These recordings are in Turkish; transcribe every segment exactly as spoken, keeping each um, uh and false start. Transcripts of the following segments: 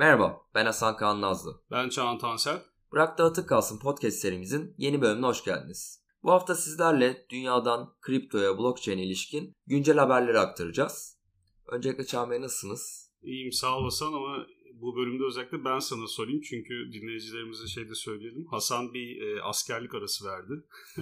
Merhaba, ben Hasan Kaan Nazlı. Ben Çağan Tansel. Bırak Dağıtık Kalsın podcast serimizin yeni bölümüne hoş geldiniz. Bu hafta sizlerle dünyadan kriptoya, blockchain'e ilişkin güncel haberleri aktaracağız. Öncelikle Çağan Bey, nasılsınız? İyiyim, sağ olasın, ama bu bölümde özellikle ben sana sorayım. Çünkü dinleyicilerimize şey de söyleyelim. Hasan bir e, askerlik arası verdi.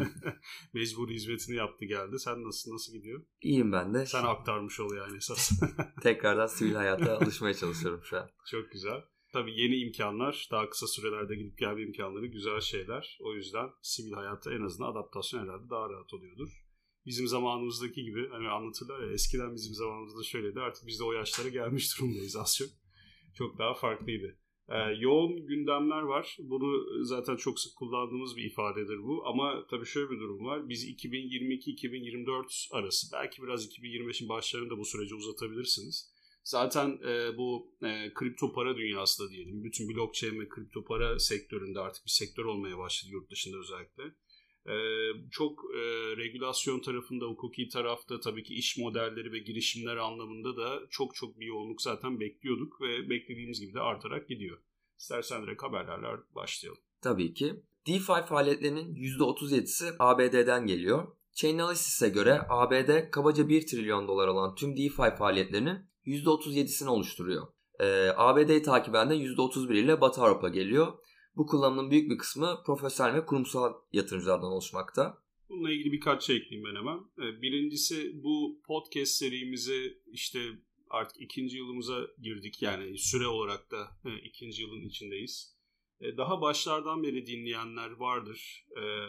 Mecburi hizmetini yaptı geldi. Sen nasılsın, nasıl gidiyor? İyiyim ben de. Sen aktarmış ol yani esas. Tekrardan sivil hayata alışmaya çalışıyorum şu an. Çok güzel. Tabii yeni imkanlar, daha kısa sürelerde gidip gelme imkanları güzel şeyler. O yüzden sivil hayatta en azından adaptasyon herhalde daha rahat oluyordur. Bizim zamanımızdaki gibi, hani anlatırlar ya, eskiden bizim zamanımızda şöyleydi, artık biz de o yaşlara gelmiş durumdayız az çok. Çok daha farklıydı. Ee, yoğun gündemler var. Bunu zaten çok sık kullandığımız bir ifadedir bu. Ama tabii şöyle bir durum var. Biz iki bin yirmi iki iki bin yirmi dört arası, belki biraz iki bin yirmi beşin başlarında bu süreci uzatabilirsiniz. Zaten e, bu e, kripto para dünyası da diyelim, bütün blockchain ve kripto para sektöründe artık bir sektör olmaya başladı, yurt dışında özellikle. Ee, çok e, regülasyon tarafında, hukuki tarafta, tabii ki iş modelleri ve girişimler anlamında da çok çok bir yoğunluk zaten bekliyorduk ve beklediğimiz gibi de artarak gidiyor. İstersen direkt haberlerle başlayalım. Tabii ki. DeFi faaliyetlerinin yüzde otuz yedisi A B D'den geliyor. Chainalysis göre A B D kabaca bir trilyon dolar olan tüm DeFi faaliyetlerinin yüzde otuz yedisini oluşturuyor. Ee, A B D'yi takiben de yüzde otuz bir ile Batı Avrupa geliyor. Bu kullanımın büyük bir kısmı profesyonel ve kurumsal yatırımcılardan oluşmakta. Bununla ilgili birkaç şey ekleyeyim ben hemen. Birincisi, bu podcast serimizi işte artık ikinci yılımıza girdik. Yani süre olarak da ikinci yılın içindeyiz. Daha başlardan beri dinleyenler vardır.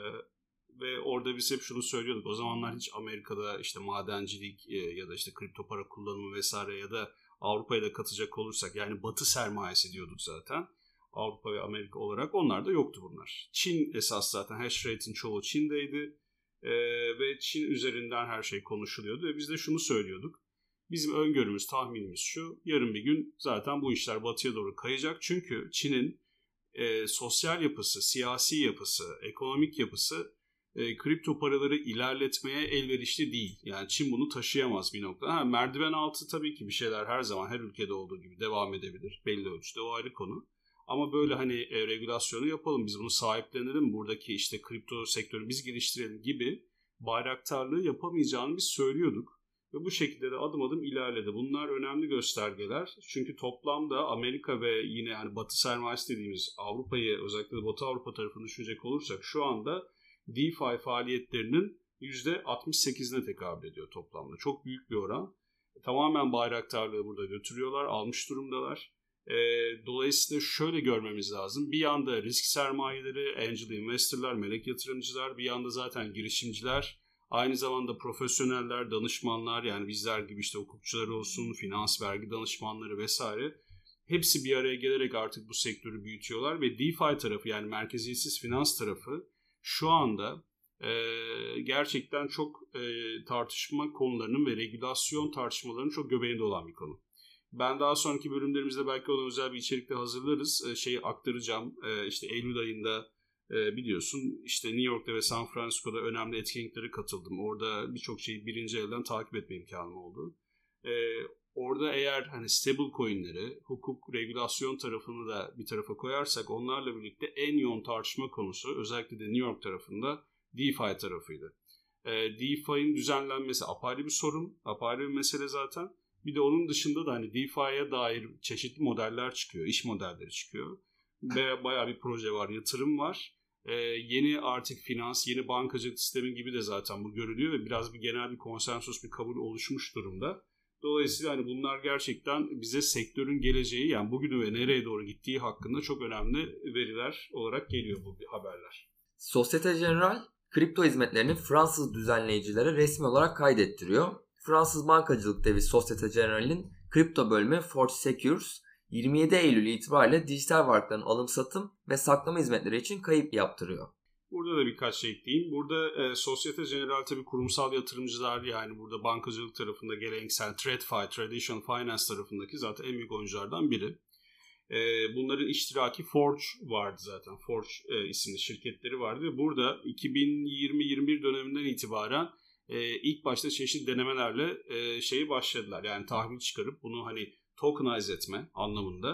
Ve orada biz hep şunu söylüyorduk. O zamanlar hiç Amerika'da işte madencilik ya da işte kripto para kullanımı vesaire ya da Avrupa'ya da katacak olursak, yani Batı sermayesi diyorduk zaten. Avrupa ve Amerika olarak onlar da yoktu bunlar. Çin esas zaten, hash rate'in çoğu Çin'deydi ee, ve Çin üzerinden her şey konuşuluyordu ve biz de şunu söylüyorduk. Bizim öngörümüz, tahminimiz şu: yarın bir gün zaten bu işler batıya doğru kayacak. Çünkü Çin'in e, sosyal yapısı, siyasi yapısı, ekonomik yapısı e, kripto paraları ilerletmeye elverişli değil. Yani Çin bunu taşıyamaz bir noktada. Ha, merdiven altı tabii ki bir şeyler her zaman her ülkede olduğu gibi devam edebilir belli ölçüde, o ayrı konu. Ama böyle hani e, regülasyonu yapalım, biz bunu sahiplenelim, buradaki işte kripto sektörü biz geliştirelim gibi bayraktarlığı yapamayacağını biz söylüyorduk. Ve bu şekilde de adım adım ilerledi. Bunlar önemli göstergeler. Çünkü toplamda Amerika ve yine yani Batı sermayesi dediğimiz Avrupa'yı, özellikle de Batı Avrupa tarafını düşünecek olursak, şu anda DeFi faaliyetlerinin yüzde altmış sekizine tekabül ediyor toplamda. Çok büyük bir oran. Tamamen bayraktarlığı burada götürüyorlar, almış durumdalar. E, dolayısıyla şöyle görmemiz lazım. Bir yanda risk sermayeleri, angel investorlar, melek yatırımcılar, bir yanda zaten girişimciler, aynı zamanda profesyoneller, danışmanlar, yani bizler gibi işte hukukçular olsun, finans, vergi danışmanları vesaire, hepsi bir araya gelerek artık bu sektörü büyütüyorlar ve DeFi tarafı, yani merkeziyetsiz finans tarafı şu anda e, gerçekten çok e, tartışma konularının ve regülasyon tartışmalarının çok göbeğinde olan bir konu. Ben daha sonraki bölümlerimizde belki ona özel bir içerikte hazırlarız. E, şeyi aktaracağım. E, işte Eylül ayında e, biliyorsun işte New York'ta ve San Francisco'da önemli etkinliklere katıldım. Orada birçok şeyi birinci elden takip etme imkanım oldu. E, orada eğer hani stable coin'leri, hukuk, regülasyon tarafını da bir tarafa koyarsak, onlarla birlikte en yoğun tartışma konusu özellikle de New York tarafında DeFi tarafıydı. E, DeFi'nin düzenlenmesi apayrı bir sorun, apayrı bir mesele zaten. Bir de onun dışında da hani DeFi'ye dair çeşitli modeller çıkıyor, iş modelleri çıkıyor. Ve bayağı bir proje var, yatırım var. Ee, yeni artık finans, yeni bankacılık sistemi gibi de zaten bu görülüyor ve biraz bir genel bir konsensus, bir kabul oluşmuş durumda. Dolayısıyla hani bunlar gerçekten bize sektörün geleceği, yani bugünü ve nereye doğru gittiği hakkında çok önemli veriler olarak geliyor bu haberler. Societe Generale kripto hizmetlerini Fransız düzenleyicilere resmi olarak kaydettiriyor. Fransız bankacılık devi Societe Generale'in kripto bölümü Forge Secures yirmi yedi Eylül itibariyle dijital varlıkların alım satım ve saklama hizmetleri için kayıt yaptırıyor. Burada da birkaç şey ekleyeyim. Burada e, Societe Generale tabii kurumsal yatırımcılar, yani burada bankacılık tarafında geleneksel TradFi, Traditional Finance tarafındaki zaten en büyük oyunculardan biri. E, bunların iştiraki Forge vardı zaten. Forge e, isimli şirketleri vardı ve burada iki bin yirmi yirmi bir döneminden itibaren e, ilk başta çeşitli denemelerle e, şeyi başladılar. Yani tahvil çıkarıp bunu hani tokenize etme anlamında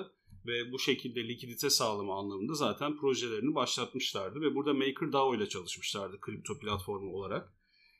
ve bu şekilde likidite sağlama anlamında zaten projelerini başlatmışlardı ve burada MakerDAO ile çalışmışlardı kripto platformu olarak.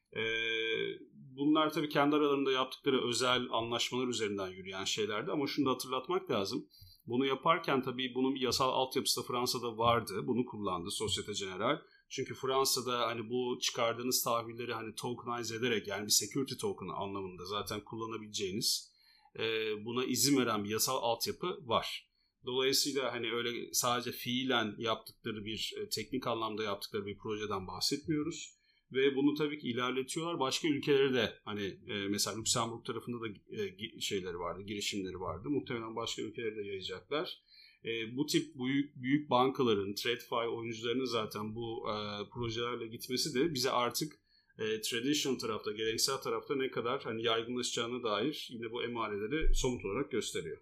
Bunlar tabii kendi aralarında yaptıkları özel anlaşmalar üzerinden yürüyen şeylerdi ama şunu da hatırlatmak lazım. Bunu yaparken tabii bunun bir yasal altyapısı da Fransa'da vardı. Bunu kullandı Societe Generale. Çünkü Fransa'da hani bu çıkardığınız tahvilleri hani tokenize ederek, yani bir security token anlamında zaten kullanabileceğiniz, buna izin veren bir yasal altyapı var. Dolayısıyla hani öyle sadece fiilen yaptıkları bir, teknik anlamda yaptıkları bir projeden bahsetmiyoruz. Ve bunu tabii ki ilerletiyorlar. Başka ülkelere de hani e, mesela Lüksemburg tarafında da e, şeyleri vardı, girişimleri vardı. Muhtemelen başka ülkelere de yayacaklar. E, bu tip büyük büyük bankaların, TradFi oyuncularının zaten bu e, projelerle gitmesi de bize artık e, traditional tarafta, geleneksel tarafta ne kadar hani yaygınlaşacağına dair yine bu emareleri somut olarak gösteriyor.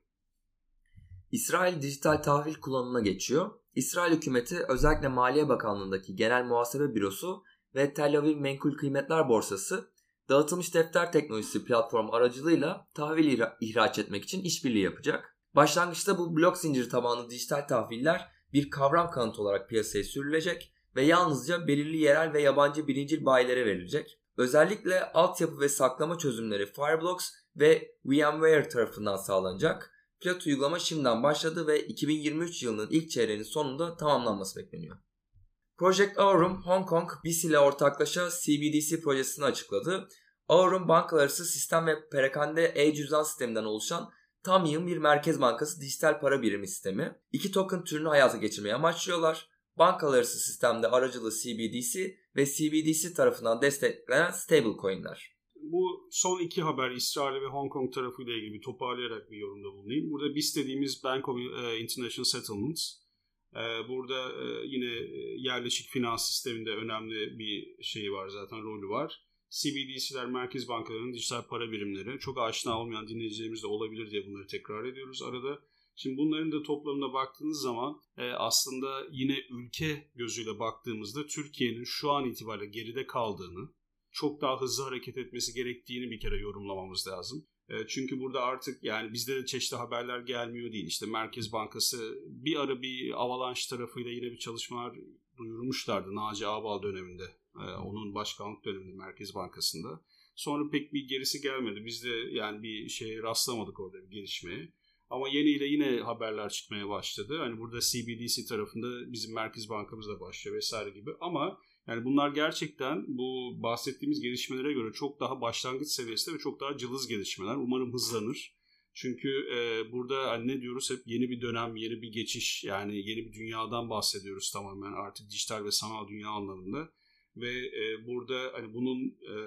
İsrail dijital tahvil kullanımına geçiyor. İsrail hükümeti özellikle Maliye Bakanlığı'ndaki Genel Muhasebe Bürosu ve Tel Aviv Menkul Kıymetler Borsası dağıtılmış defter teknolojisi platform aracılığıyla tahvil ihra- ihraç etmek için işbirliği yapacak. Başlangıçta bu blok zinciri tabanlı dijital tahviller bir kavram kanıtı olarak piyasaya sürülecek ve yalnızca belirli yerel ve yabancı birincil bayilere verilecek. Özellikle altyapı ve saklama çözümleri Fireblocks ve VMware tarafından sağlanacak. Pilot uygulama şimdiden başladı ve iki bin yirmi üç yılının ilk çeyreğinin sonunda tamamlanması bekleniyor. Project Aurum, Hong Kong B I S ile ortaklaşa C B D C projesini açıkladı. Aurum, bankalar arası sistem ve perakende e-cüzdan sisteminden oluşan tam yığın bir merkez bankası dijital para birimi sistemi. İki token türünü hayata geçirmeyi amaçlıyorlar. Bankalar arası sistemde aracılığı C B D C ve C B D C tarafından desteklenen stablecoin'ler. Bu son iki haber İsrail ve Hong Kong tarafıyla ilgili bir toparlayarak bir yorumda bulunayım. Burada B I S dediğimiz Bank of International Settlements. Burada yine yerleşik finans sisteminde önemli bir şeyi var, zaten rolü var. C B D C'ler, merkez bankalarının dijital para birimleri. Çok aşina olmayan dinleyicilerimiz de olabilir diye bunları tekrar ediyoruz arada. Şimdi bunların da toplamına baktığınız zaman aslında yine ülke gözüyle baktığımızda Türkiye'nin şu an itibariyle geride kaldığını, çok daha hızlı hareket etmesi gerektiğini bir kere yorumlamamız lazım. Çünkü burada artık yani bizde de çeşitli haberler gelmiyor değil. İşte Merkez Bankası bir ara bir Avalanche tarafıyla yine bir çalışmalar duyurmuşlardı Naci Ağbal döneminde. Onun başkanlık döneminde Merkez Bankası'nda. Sonra pek bir gerisi gelmedi. Biz de yani bir şeye rastlamadık orada bir gelişmeye. Ama yeniyle yine haberler çıkmaya başladı. Hani burada C B D C tarafında bizim Merkez Bankamız da başlıyor vesaire gibi. Ama yani bunlar gerçekten bu bahsettiğimiz gelişmelere göre çok daha başlangıç seviyesinde ve çok daha cılız gelişmeler. Umarım hızlanır. Çünkü e, burada hani ne diyoruz, hep yeni bir dönem, yeni bir geçiş, yani yeni bir dünyadan bahsediyoruz tamamen artık dijital ve sanal dünya anlamında. Ve e, burada hani bunun e,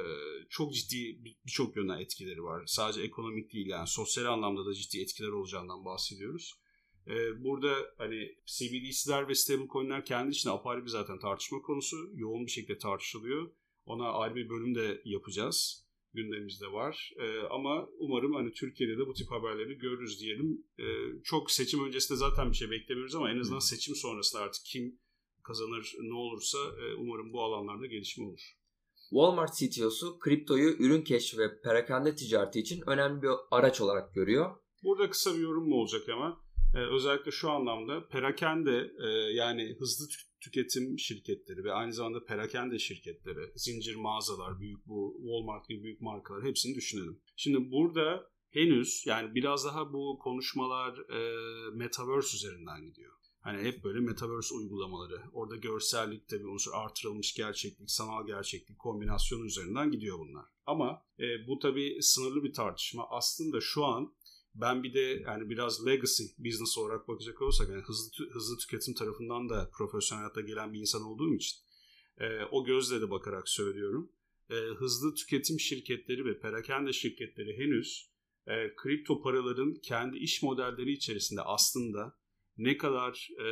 çok ciddi birçok yönden etkileri var. Sadece ekonomik değil, yani sosyal anlamda da ciddi etkiler olacağından bahsediyoruz. E, burada hani C B D C'ler ve stablecoin'ler kendi içinde apayrı bir zaten tartışma konusu. Yoğun bir şekilde tartışılıyor. Ona ayrı bir bölüm de yapacağız. Gündemimizde var. E, ama umarım hani Türkiye'de de bu tip haberleri görürüz diyelim. E, çok seçim öncesinde zaten bir şey beklemiyoruz ama en azından seçim sonrasında artık kim kazanır ne olursa umarım bu alanlarda gelişme olur. Walmart C T O'su kriptoyu ürün keşfi ve perakende ticareti için önemli bir araç olarak görüyor. Burada kısa bir yorum mu olacak ama ee, özellikle şu anlamda perakende e, yani hızlı tüketim şirketleri ve aynı zamanda perakende şirketleri, zincir mağazalar, büyük bu Walmart gibi büyük markalar hepsini düşünelim. Şimdi burada henüz yani biraz daha bu konuşmalar e, Metaverse üzerinden gidiyor. Hani hep böyle Metaverse uygulamaları. Orada görsellik tabii unsur, artırılmış gerçeklik, sanal gerçeklik kombinasyonu üzerinden gidiyor bunlar. Ama e, bu tabii sınırlı bir tartışma. Aslında şu an ben bir de yani biraz legacy business olarak bakacak olursak, yani hızlı hızlı tüketim tarafından da profesyonel hayatta gelen bir insan olduğum için e, o gözle de bakarak söylüyorum. E, hızlı tüketim şirketleri ve perakende şirketleri henüz e, kripto paraların kendi iş modelleri içerisinde aslında ne kadar e,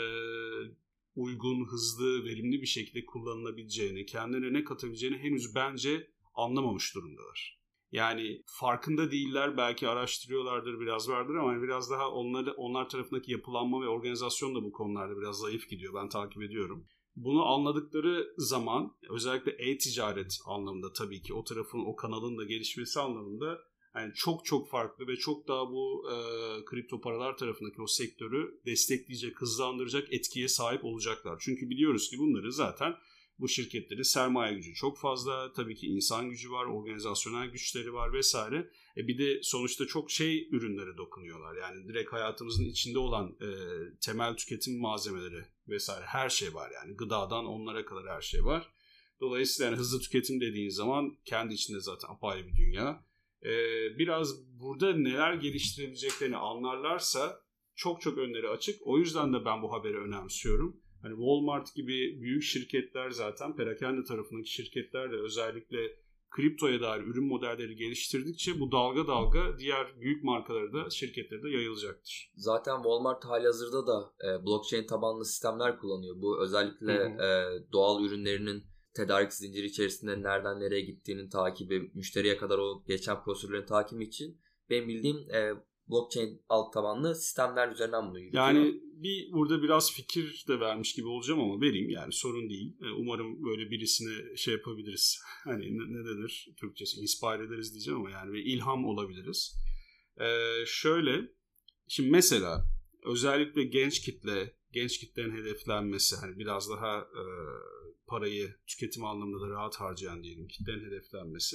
uygun, hızlı, verimli bir şekilde kullanılabileceğini, kendine ne katabileceğini henüz bence anlamamış durumdalar. Yani farkında değiller, belki araştırıyorlardır, biraz vardır ama biraz daha onları, onlar tarafındaki yapılanma ve organizasyon da bu konularda biraz zayıf gidiyor. Ben takip ediyorum. Bunu anladıkları zaman özellikle e-ticaret anlamında tabii ki o tarafın, o kanalın da gelişmesi anlamında Yani çok çok farklı ve çok daha bu e, kripto paralar tarafındaki o sektörü destekleyecek, hızlandıracak etkiye sahip olacaklar. Çünkü biliyoruz ki bunları zaten bu şirketlerin sermaye gücü çok fazla. Tabii ki insan gücü var, organizasyonel güçleri var vesaire. E bir de sonuçta çok şey ürünlere dokunuyorlar. Yani direkt hayatımızın içinde olan e, temel tüketim malzemeleri vesaire her şey var. Yani gıdadan onlara kadar her şey var. Dolayısıyla yani hızlı tüketim dediğin zaman kendi içinde zaten apayrı bir dünya. E, biraz burada neler geliştirebileceklerini anlarlarsa çok çok önleri açık. O yüzden de ben bu haberi önemsiyorum. Hani Walmart gibi büyük şirketler zaten perakende tarafındaki şirketler de özellikle kriptoya dair ürün modelleri geliştirdikçe bu dalga dalga diğer büyük markaları da şirketleri de yayılacaktır. Zaten Walmart halihazırda da e, blockchain tabanlı sistemler kullanıyor. Bu özellikle e, doğal ürünlerinin tedarik zinciri içerisinde nereden nereye gittiğinin takibi, müşteriye kadar o geçen prosedürlerin takibi için benim bildiğim e, blockchain alt tabanlı sistemler üzerinden bunu yürütüyor. Yani bir burada biraz fikir de vermiş gibi olacağım ama vereyim yani sorun değil. Umarım böyle birisine şey yapabiliriz. Hani ne, ne denir Türkçesi, inspire ederiz diyeceğim ama yani ilham olabiliriz. Ee, şöyle şimdi mesela özellikle genç kitle, genç kitlerin hedeflenmesi hani biraz daha e, parayı tüketim anlamında da rahat harcayan diyelim kitlerin hedeflenmesi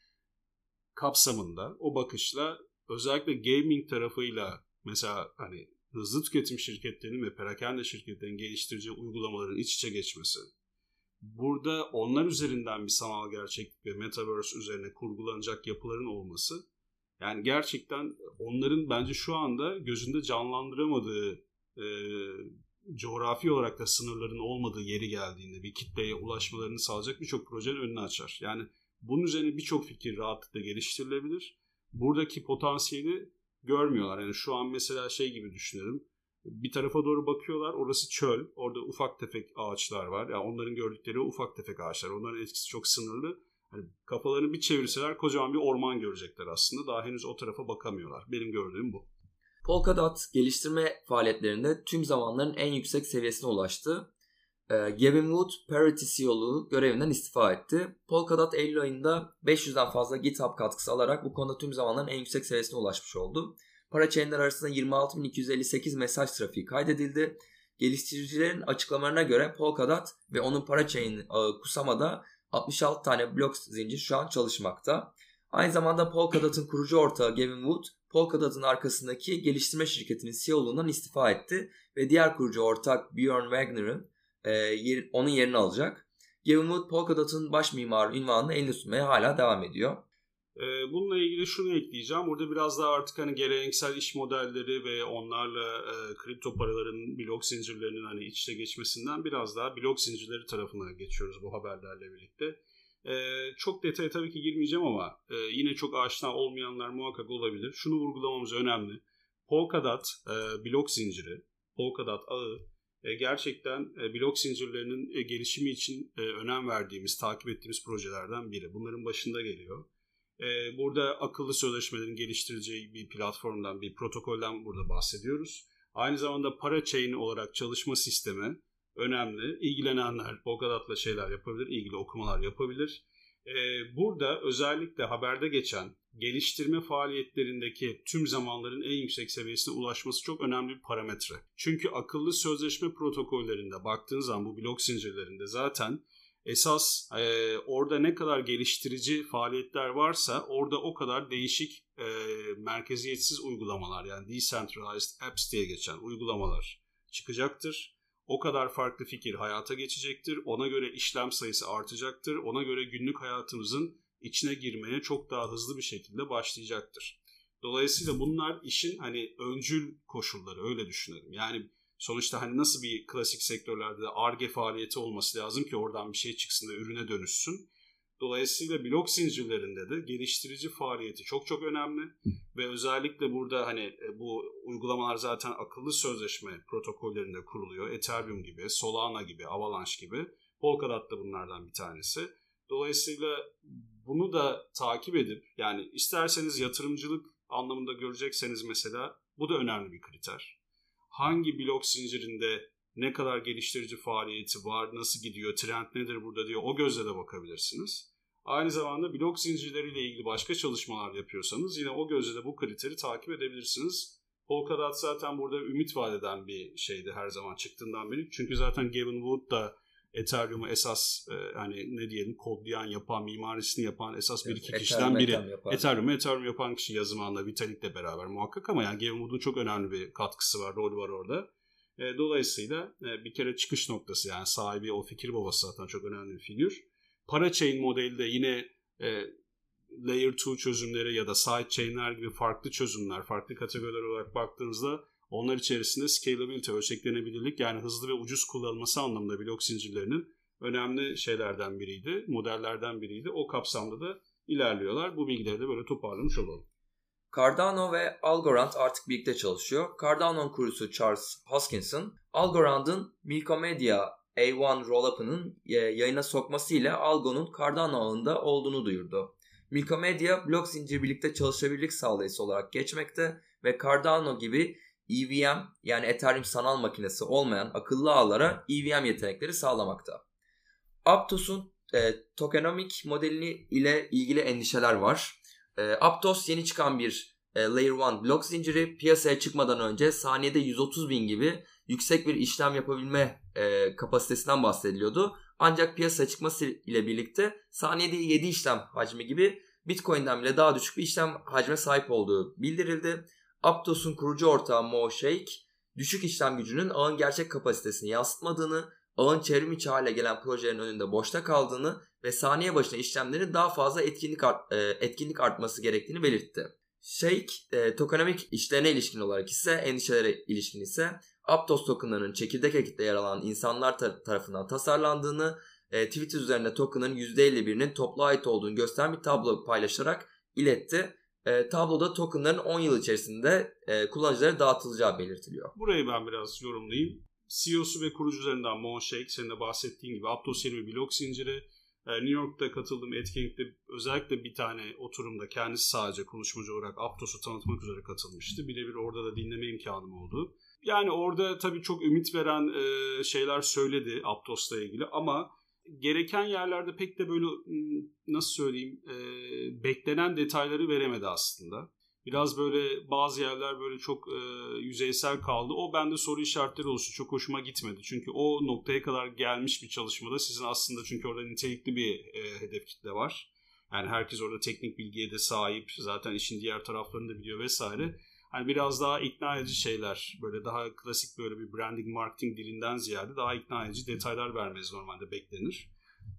kapsamında o bakışla özellikle gaming tarafıyla mesela hani hızlı tüketim şirketlerinin ve perakende şirketlerinin geliştireceği uygulamaların iç içe geçmesi. Burada onlar üzerinden bir sanal gerçeklik ve metaverse üzerine kurgulanacak yapıların olması yani gerçekten onların bence şu anda gözünde canlandıramadığı e, coğrafi olarak da sınırların olmadığı yeri geldiğinde bir kitleye ulaşmalarını sağlayacak birçok projenin önünü açar. Yani bunun üzerine birçok fikir rahatlıkla geliştirilebilir. Buradaki potansiyeli görmüyorlar. Yani şu an mesela şey gibi düşünelim. Bir tarafa doğru bakıyorlar. Orası çöl. Orada ufak tefek ağaçlar var. Yani onların gördükleri ufak tefek ağaçlar. Onların etkisi çok sınırlı. Hani kafalarını bir çevirseler kocaman bir orman görecekler aslında. Daha henüz o tarafa bakamıyorlar. Benim gördüğüm bu. Polkadot geliştirme faaliyetlerinde tüm zamanların en yüksek seviyesine ulaştı. Gavin Wood, Parity C E O'luğu görevinden istifa etti. Polkadot Eylül ayında beş yüzden fazla GitHub katkısı alarak bu konuda tüm zamanların en yüksek seviyesine ulaşmış oldu. Parachain'ler arasında yirmi altı bin iki yüz elli sekiz mesaj trafiği kaydedildi. Geliştiricilerin açıklamalarına göre Polkadot ve onun parachain ağı Kusama'da altmış altı tane blok zincir şu an çalışmakta. Aynı zamanda Polkadot'un kurucu ortağı Gavin Wood, Polkadot'un arkasındaki geliştirme şirketinin C E O'luğundan istifa etti ve diğer kurucu ortak Björn Wagner'ın e, yer, onun yerini alacak. Gavin Wood, Polkadot'un baş mimarı unvanını eline tutmaya hala devam ediyor. Bununla ilgili şunu ekleyeceğim. Burada biraz daha artık hani geleneksel iş modelleri ve onlarla e, kripto paraların blok zincirlerinin hani iç içe geçmesinden biraz daha blok zincirleri tarafına geçiyoruz bu haberlerle birlikte. E, çok detaya tabii ki girmeyeceğim ama e, yine çok aşina olmayanlar muhakkak olabilir. Şunu vurgulamamız önemli. Polkadot e, blok zinciri, Polkadot ağı e, gerçekten e, blok zincirlerinin e, gelişimi için e, önem verdiğimiz, takip ettiğimiz projelerden biri. Bunların başında geliyor. Burada akıllı sözleşmelerin geliştireceği bir platformdan, bir protokolden burada bahsediyoruz. Aynı zamanda parachain olarak çalışma sistemi önemli. İlgilenenler Polkadot'la şeyler yapabilir, ilgili okumalar yapabilir. Burada özellikle haberde geçen geliştirme faaliyetlerindeki tüm zamanların en yüksek seviyesine ulaşması çok önemli bir parametre. Çünkü akıllı sözleşme protokollerinde baktığınız zaman bu blok zincirlerinde zaten esas e, orada ne kadar geliştirici faaliyetler varsa orada o kadar değişik e, merkeziyetsiz uygulamalar yani decentralized apps diye geçen uygulamalar çıkacaktır. O kadar farklı fikir hayata geçecektir. Ona göre işlem sayısı artacaktır. Ona göre günlük hayatımızın içine girmeye çok daha hızlı bir şekilde başlayacaktır. Dolayısıyla bunlar işin hani öncül koşulları öyle düşünelim. Yani sonuçta hani nasıl bir klasik sektörlerde de Ar-Ge faaliyeti olması lazım ki oradan bir şey çıksın da ürüne dönüşsün. Dolayısıyla blok zincirlerinde de geliştirici faaliyeti çok çok önemli ve özellikle burada hani bu uygulamalar zaten akıllı sözleşme protokollerinde kuruluyor. Ethereum gibi, Solana gibi, Avalanche gibi. Polkadot da bunlardan bir tanesi. Dolayısıyla bunu da takip edip yani isterseniz yatırımcılık anlamında görecekseniz mesela bu da önemli bir kriter. Hangi blok zincirinde ne kadar geliştirici faaliyeti var, nasıl gidiyor, trend nedir burada diye o gözle de bakabilirsiniz. Aynı zamanda blok zincirleriyle ilgili başka çalışmalar yapıyorsanız yine o gözle de bu kriteri takip edebilirsiniz. Polkadot zaten burada ümit vaat eden bir şeydi her zaman çıktığından beri. Çünkü zaten Gavin Wood da Ethereum'u esas e, hani ne diyelim kodlayan, yapan, mimarisini yapan esas bir iki evet, kişiden biri. Ethereum'u Ethereum yapan kişi yazım anla Vitalik'le beraber muhakkak ama yani Gavin Wood'un çok önemli bir katkısı var, rolü var orada. E, dolayısıyla e, bir kere çıkış noktası yani sahibi o fikir babası zaten çok önemli bir figür. Parachain modeli de yine e, Layer iki çözümleri ya da sidechain'ler gibi farklı çözümler, farklı kategoriler olarak baktığınızda onlar içerisinde scalability, ölçeklenebilirlik yani hızlı ve ucuz kullanılması anlamında blok zincirlerinin önemli şeylerden biriydi, modellerden biriydi. O kapsamda da ilerliyorlar. Bu bilgileri de böyle toparlamış olalım. Cardano ve Algorand artık birlikte çalışıyor. Cardano'nun kurucusu Charles Hoskinson, Algorand'ın Milkomedia A bir Rollup'ının yayına sokması ile Algo'nun Cardano ağında olduğunu duyurdu. Milkomedia blok zincir birlikte çalışabilirlik sağlayıcısı olarak geçmekte ve Cardano gibi E V M yani Ethereum sanal makinesi olmayan akıllı ağlara E V M yetenekleri sağlamakta. Aptos'un e, tokenomik modeli ile ilgili endişeler var. E, Aptos yeni çıkan bir e, Layer bir blok zinciri, piyasaya çıkmadan önce saniyede yüz otuz bin gibi yüksek bir işlem yapabilme e, kapasitesinden bahsediliyordu. Ancak piyasaya çıkması ile birlikte saniyede yedi işlem hacmi gibi Bitcoin'den bile daha düşük bir işlem hacme sahip olduğu bildirildi. Aptos'un kurucu ortağı Mo Sheikh, düşük işlem gücünün ağın gerçek kapasitesini yansıtmadığını, ağın çevrim içi hale gelen projelerin önünde boşta kaldığını ve saniye başına işlemlerin daha fazla etkinlik art, e, etkinlik artması gerektiğini belirtti. Sheikh, e, tokenomik işlerine ilişkin olarak ise endişelere ilişkin ise Aptos tokenlarının çekirdek ekitte yer alan insanlar tar- tarafından tasarlandığını, e, Twitter üzerinde tokenların yüzde elli birinin toplu ait olduğunu gösteren bir tablo paylaşarak iletti. E, tabloda tokenların on yıl içerisinde e, kullanıcılara dağıtılacağı belirtiliyor. Burayı ben biraz yorumlayayım. C E O'su ve kurucularından Mo Sheikh, senin de bahsettiğin gibi Aptos yeni bir blok zinciri. New York'ta katıldığım etkinlikte özellikle bir tane oturumda kendisi sadece konuşmacı olarak Aptos'u tanıtmak üzere katılmıştı. Birebir orada da dinleme imkanım oldu. Yani orada tabii çok ümit veren e, şeyler söyledi Aptos'la ilgili ama gereken yerlerde pek de böyle nasıl söyleyeyim e, beklenen detayları veremedi aslında. Biraz böyle bazı yerler böyle çok e, yüzeysel kaldı. O bende soru işaretleri oluştu. Çok hoşuma gitmedi. Çünkü o noktaya kadar gelmiş bir çalışmada sizin aslında çünkü orada nitelikli bir e, hedef kitle var. Yani herkes orada teknik bilgiye de sahip. Zaten işin diğer taraflarını da biliyor vesaire. Hani biraz daha ikna edici şeyler, böyle daha klasik böyle bir branding marketing dilinden ziyade daha ikna edici detaylar vermeniz normalde beklenir.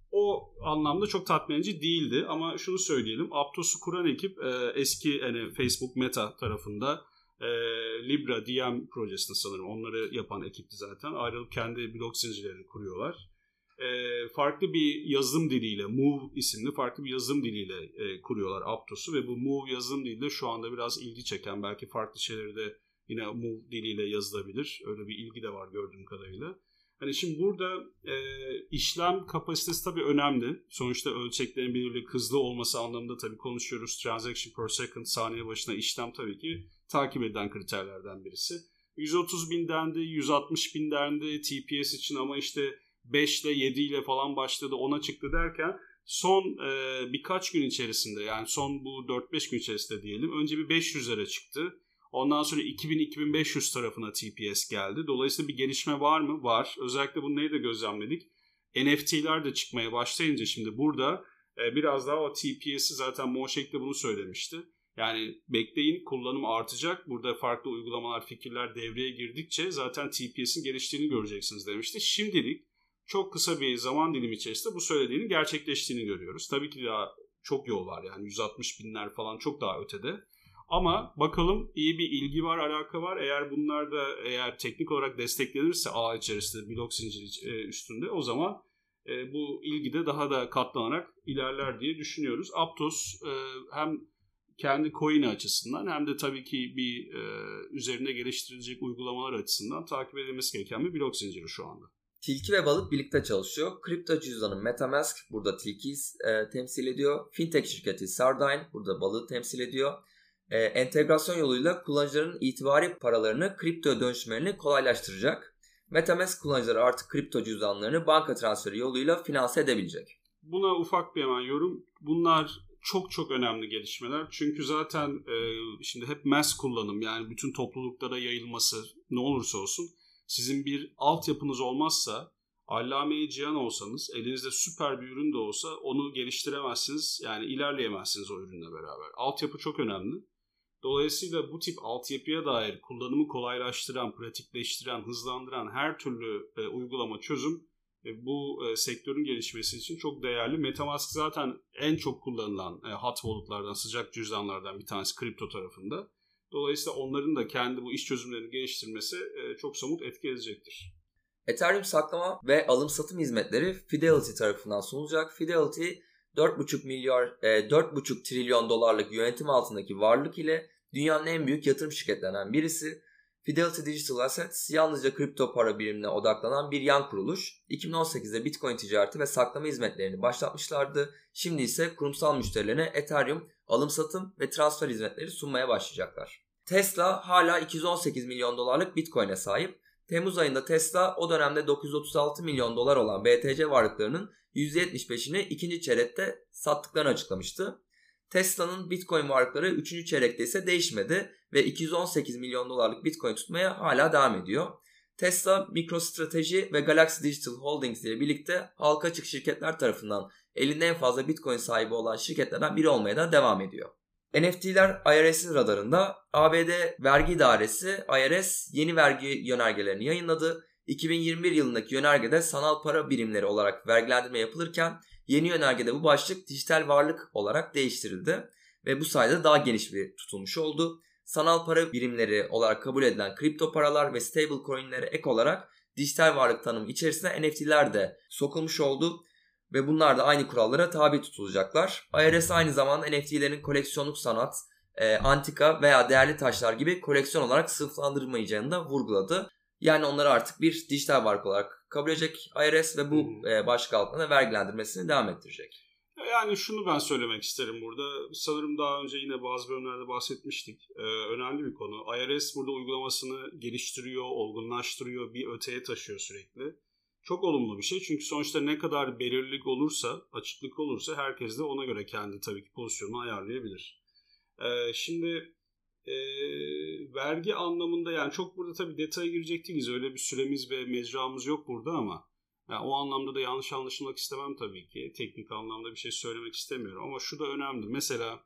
O anlamda çok tatmin edici değildi ama şunu söyleyelim, Aptos'u kuran ekip e, eski hani Facebook Meta tarafında e, Libra D M projesinde sanırım onları yapan ekipti zaten. Ayrılıp kendi blok zincirlerini kuruyorlar. E, farklı bir yazılım diliyle, Move isimli farklı bir yazılım diliyle e, kuruyorlar Aptos'u ve bu Move yazılım dili de şu anda biraz ilgi çeken, belki farklı şeyleri de yine Move diliyle yazılabilir. Öyle bir ilgi de var gördüğüm kadarıyla. Hani şimdi burada e, işlem kapasitesi tabii önemli. Sonuçta ölçeklenebilirlik, hızlı olması anlamında tabii konuşuyoruz. Transaction per second, saniye başına işlem tabii ki takip edilen kriterlerden birisi. yüz otuz bin dendi, yüz altmış bin dendi T P S için ama işte beş ile yedi ile falan başladı, ona çıktı derken son e, birkaç gün içerisinde, yani son bu dört beş gün içerisinde diyelim, önce bir beş yüzlere çıktı. Ondan sonra iki bin iki bin beş yüz tarafına T P S geldi. Dolayısıyla bir gelişme var mı? Var. Özellikle bunu neyi de gözlemledik? N F T'ler de çıkmaya başlayınca şimdi burada e, biraz daha o T P S'i zaten Mo Sheikh de bunu söylemişti. Yani bekleyin, kullanım artacak. Burada farklı uygulamalar, fikirler devreye girdikçe zaten T P S'in geliştiğini göreceksiniz demişti. Şimdilik çok kısa bir zaman dilimi içerisinde bu söylediğinin gerçekleştiğini görüyoruz. Tabii ki daha çok yol var, yani yüz altmış binler falan çok daha ötede. Ama bakalım, iyi bir ilgi var, alaka var. Eğer bunlar da eğer teknik olarak desteklenirse ağ içerisinde, blok zinciri üstünde, o zaman e, bu ilgi de daha da katlanarak ilerler diye düşünüyoruz. Aptos e, hem kendi coin'i açısından hem de tabii ki bir e, üzerinde geliştirilecek uygulamalar açısından takip edilmesi gereken bir blok zinciri şu anda. Tilki ve balık birlikte çalışıyor. Kripto cüzdanı MetaMask burada tilkiyi e, temsil ediyor. Fintech şirketi Sardine burada balığı temsil ediyor. Ee, entegrasyon yoluyla kullanıcıların itibari paralarını kripto dönüşümlerini kolaylaştıracak. MetaMask kullanıcıları artık kripto cüzdanlarını banka transferi yoluyla finanse edebilecek. buna ufak bir hemen yorum. Bunlar çok çok önemli gelişmeler. Çünkü zaten e, şimdi hep mass kullanım, yani bütün topluluklara yayılması ne olursa olsun, sizin bir altyapınız olmazsa, allame-i cihan olsanız, elinizde süper bir ürün de olsa onu geliştiremezsiniz. Yani ilerleyemezsiniz o ürünle beraber. Altyapı çok önemli. Dolayısıyla bu tip altyapıya dair kullanımı kolaylaştıran, pratikleştiren, hızlandıran her türlü e, uygulama, çözüm e, bu e, sektörün gelişmesi için çok değerli. MetaMask zaten en çok kullanılan e, hot wallet'lardan, sıcak cüzdanlardan bir tanesi kripto tarafında. Dolayısıyla onların da kendi bu iş çözümlerini geliştirmesi e, çok somut etki edecektir. Ethereum saklama ve alım satım hizmetleri Fidelity tarafından sunulacak. Fidelity dört buçuk milyar e, dört buçuk trilyon dolarlık yönetim altındaki varlık ile dünyanın en büyük yatırım şirketlerinden birisi. Fidelity Digital Assets yalnızca kripto para birimine odaklanan bir yan kuruluş. iki bin on sekizde Bitcoin ticareti ve saklama hizmetlerini başlatmışlardı. Şimdi ise kurumsal müşterilerine Ethereum alım satım ve transfer hizmetleri sunmaya başlayacaklar. Tesla hala iki yüz on sekiz milyon dolarlık Bitcoin'e sahip. Temmuz ayında Tesla o dönemde dokuz yüz otuz altı milyon dolar olan B T C varlıklarının yüzde yetmiş beşini ikinci çeyrekte sattıklarını açıklamıştı. Tesla'nın Bitcoin varlıkları üçüncü çeyrekte ise değişmedi ve iki yüz on sekiz milyon dolarlık Bitcoin tutmaya hala devam ediyor. Tesla, MicroStrategy ve Galaxy Digital Holdings ile birlikte halka açık şirketler tarafından elinde en fazla Bitcoin sahibi olan şirketlerden biri olmaya da devam ediyor. N F T'ler I R S'in radarında. A B D Vergi İdaresi I R S yeni vergi yönergelerini yayınladı. iki bin yirmi bir yılındaki yönergede sanal para birimleri olarak vergilendirme yapılırken yeni yönergede bu başlık dijital varlık olarak değiştirildi ve bu sayede daha geniş bir tutulmuş oldu. Sanal para birimleri olarak kabul edilen kripto paralar ve stable coin'lere ek olarak dijital varlık tanımı içerisine N F T'ler de sokulmuş oldu ve bunlar da aynı kurallara tabi tutulacaklar. I R S aynı zamanda N F T'lerin koleksiyonluk sanat, e, antika veya değerli taşlar gibi koleksiyon olarak sınıflandırılmayacağını da vurguladı. Yani onları artık bir dijital varlık olarak kabul edecek I R S ve bu hmm. e, başlık altında vergilendirmesini devam ettirecek. Yani şunu ben söylemek isterim burada. Sanırım daha önce yine bazı bölümlerde bahsetmiştik. Ee, önemli bir konu. I R S burada uygulamasını geliştiriyor, olgunlaştırıyor, bir öteye taşıyor sürekli. Çok olumlu bir şey. Çünkü sonuçta ne kadar belirlilik olursa, açıklık olursa herkes de ona göre kendi tabii ki pozisyonunu ayarlayabilir. Ee, şimdi e, vergi anlamında yani çok burada tabii detaya girecek değiliz. Öyle bir süremiz ve mecramız yok burada ama yani o anlamda da yanlış anlaşılmak istemem tabii ki. Teknik anlamda bir şey söylemek istemiyorum ama şu da önemli. Mesela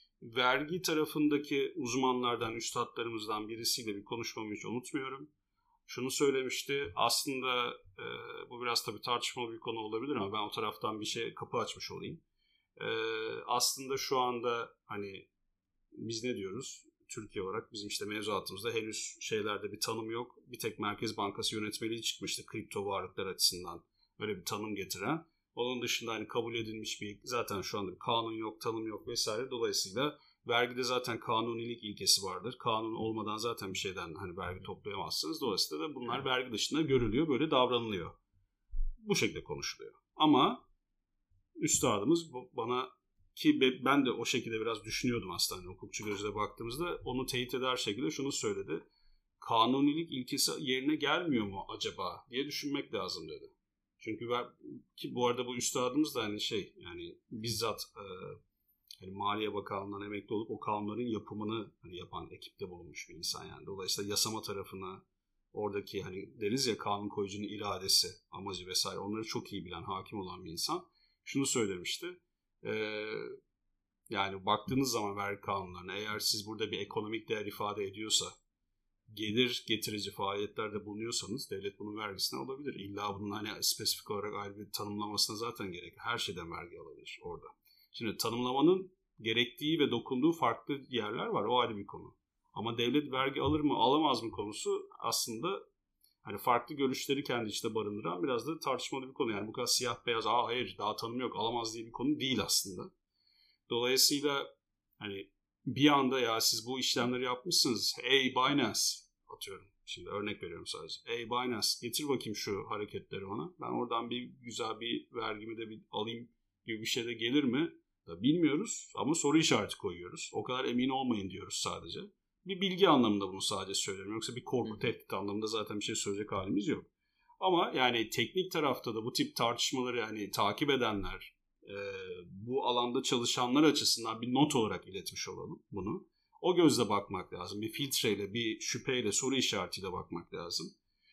vergi tarafındaki uzmanlardan, üstadlarımızdan birisiyle bir konuşmamı hiç unutmuyorum. Şunu söylemişti. Aslında e, bu biraz tabii tartışmalı bir konu olabilir ama ben o taraftan bir şey kapı açmış olayım. E, aslında şu anda hani biz ne diyoruz? Türkiye olarak bizim işte mevzuatımızda henüz şeylerde bir tanım yok. Bir tek Merkez Bankası yönetmeliği çıkmıştı kripto varlıklar açısından böyle bir tanım getiren. Onun dışında hani kabul edilmiş bir zaten şu anda bir kanun yok, tanım yok vesaire. Dolayısıyla vergide zaten kanunilik ilkesi vardır. Kanun olmadan zaten bir şeyden hani vergi toplayamazsınız. Dolayısıyla da bunlar vergi dışında görülüyor, böyle davranılıyor. Bu şekilde konuşuluyor. Ama üstadımız bana, ki ben de o şekilde biraz düşünüyordum aslında hani hukukçu gözüyle baktığımızda, onu teyit eder şekilde şunu söyledi. Kanunilik ilkesi yerine gelmiyor mu acaba diye düşünmek lazım dedi. Çünkü ben, ki bu arada bu üstadımız da hani şey yani bizzat e, hani Maliye Bakanlığı'ndan emekli olup o kanunların yapımını hani yapan ekipte bulunmuş bir insan yani. Dolayısıyla yasama tarafına, oradaki hani deriz ya kanun koyucunun iradesi, amacı vesaire onları çok iyi bilen, hakim olan bir insan. Şunu söylemişti. Ee, yani baktığınız zaman vergi kanunlarına eğer siz burada bir ekonomik değer ifade ediyorsa, gelir getirici faaliyetlerde bulunuyorsanız devlet bunun vergisini alabilir. İlla bunun hani spesifik olarak ayrı bir tanımlamasına zaten gerek. Her şeyden vergi alabilir orada. Şimdi tanımlamanın gerektiği ve dokunduğu farklı yerler var. O ayrı bir konu. Ama devlet vergi alır mı alamaz mı konusu aslında hani farklı görüşleri kendi içinde barındıran biraz da tartışmalı bir konu. Yani bu kadar siyah beyaz, aa hayır daha tanım yok alamaz diye bir konu değil aslında. Dolayısıyla hani bir anda ya siz bu işlemleri yapmışsınız. Ey Binance atıyorum. Şimdi örnek veriyorum sadece. Ey Binance getir bakayım şu hareketleri bana. Ben oradan bir güzel bir vergimi de bir alayım gibi bir şey de gelir mi? Da bilmiyoruz ama soru işareti koyuyoruz. O kadar emin olmayın diyoruz sadece. Bir bilgi anlamında bunu sadece söylüyorum. Yoksa bir korku tehdit anlamında zaten bir şey söyleyecek halimiz yok. Ama yani teknik tarafta da bu tip tartışmaları hani takip edenler, e, bu alanda çalışanlar açısından bir not olarak iletmiş olalım bunu. O gözle bakmak lazım. Bir filtreyle, bir şüpheyle, soru işaretiyle bakmak lazım.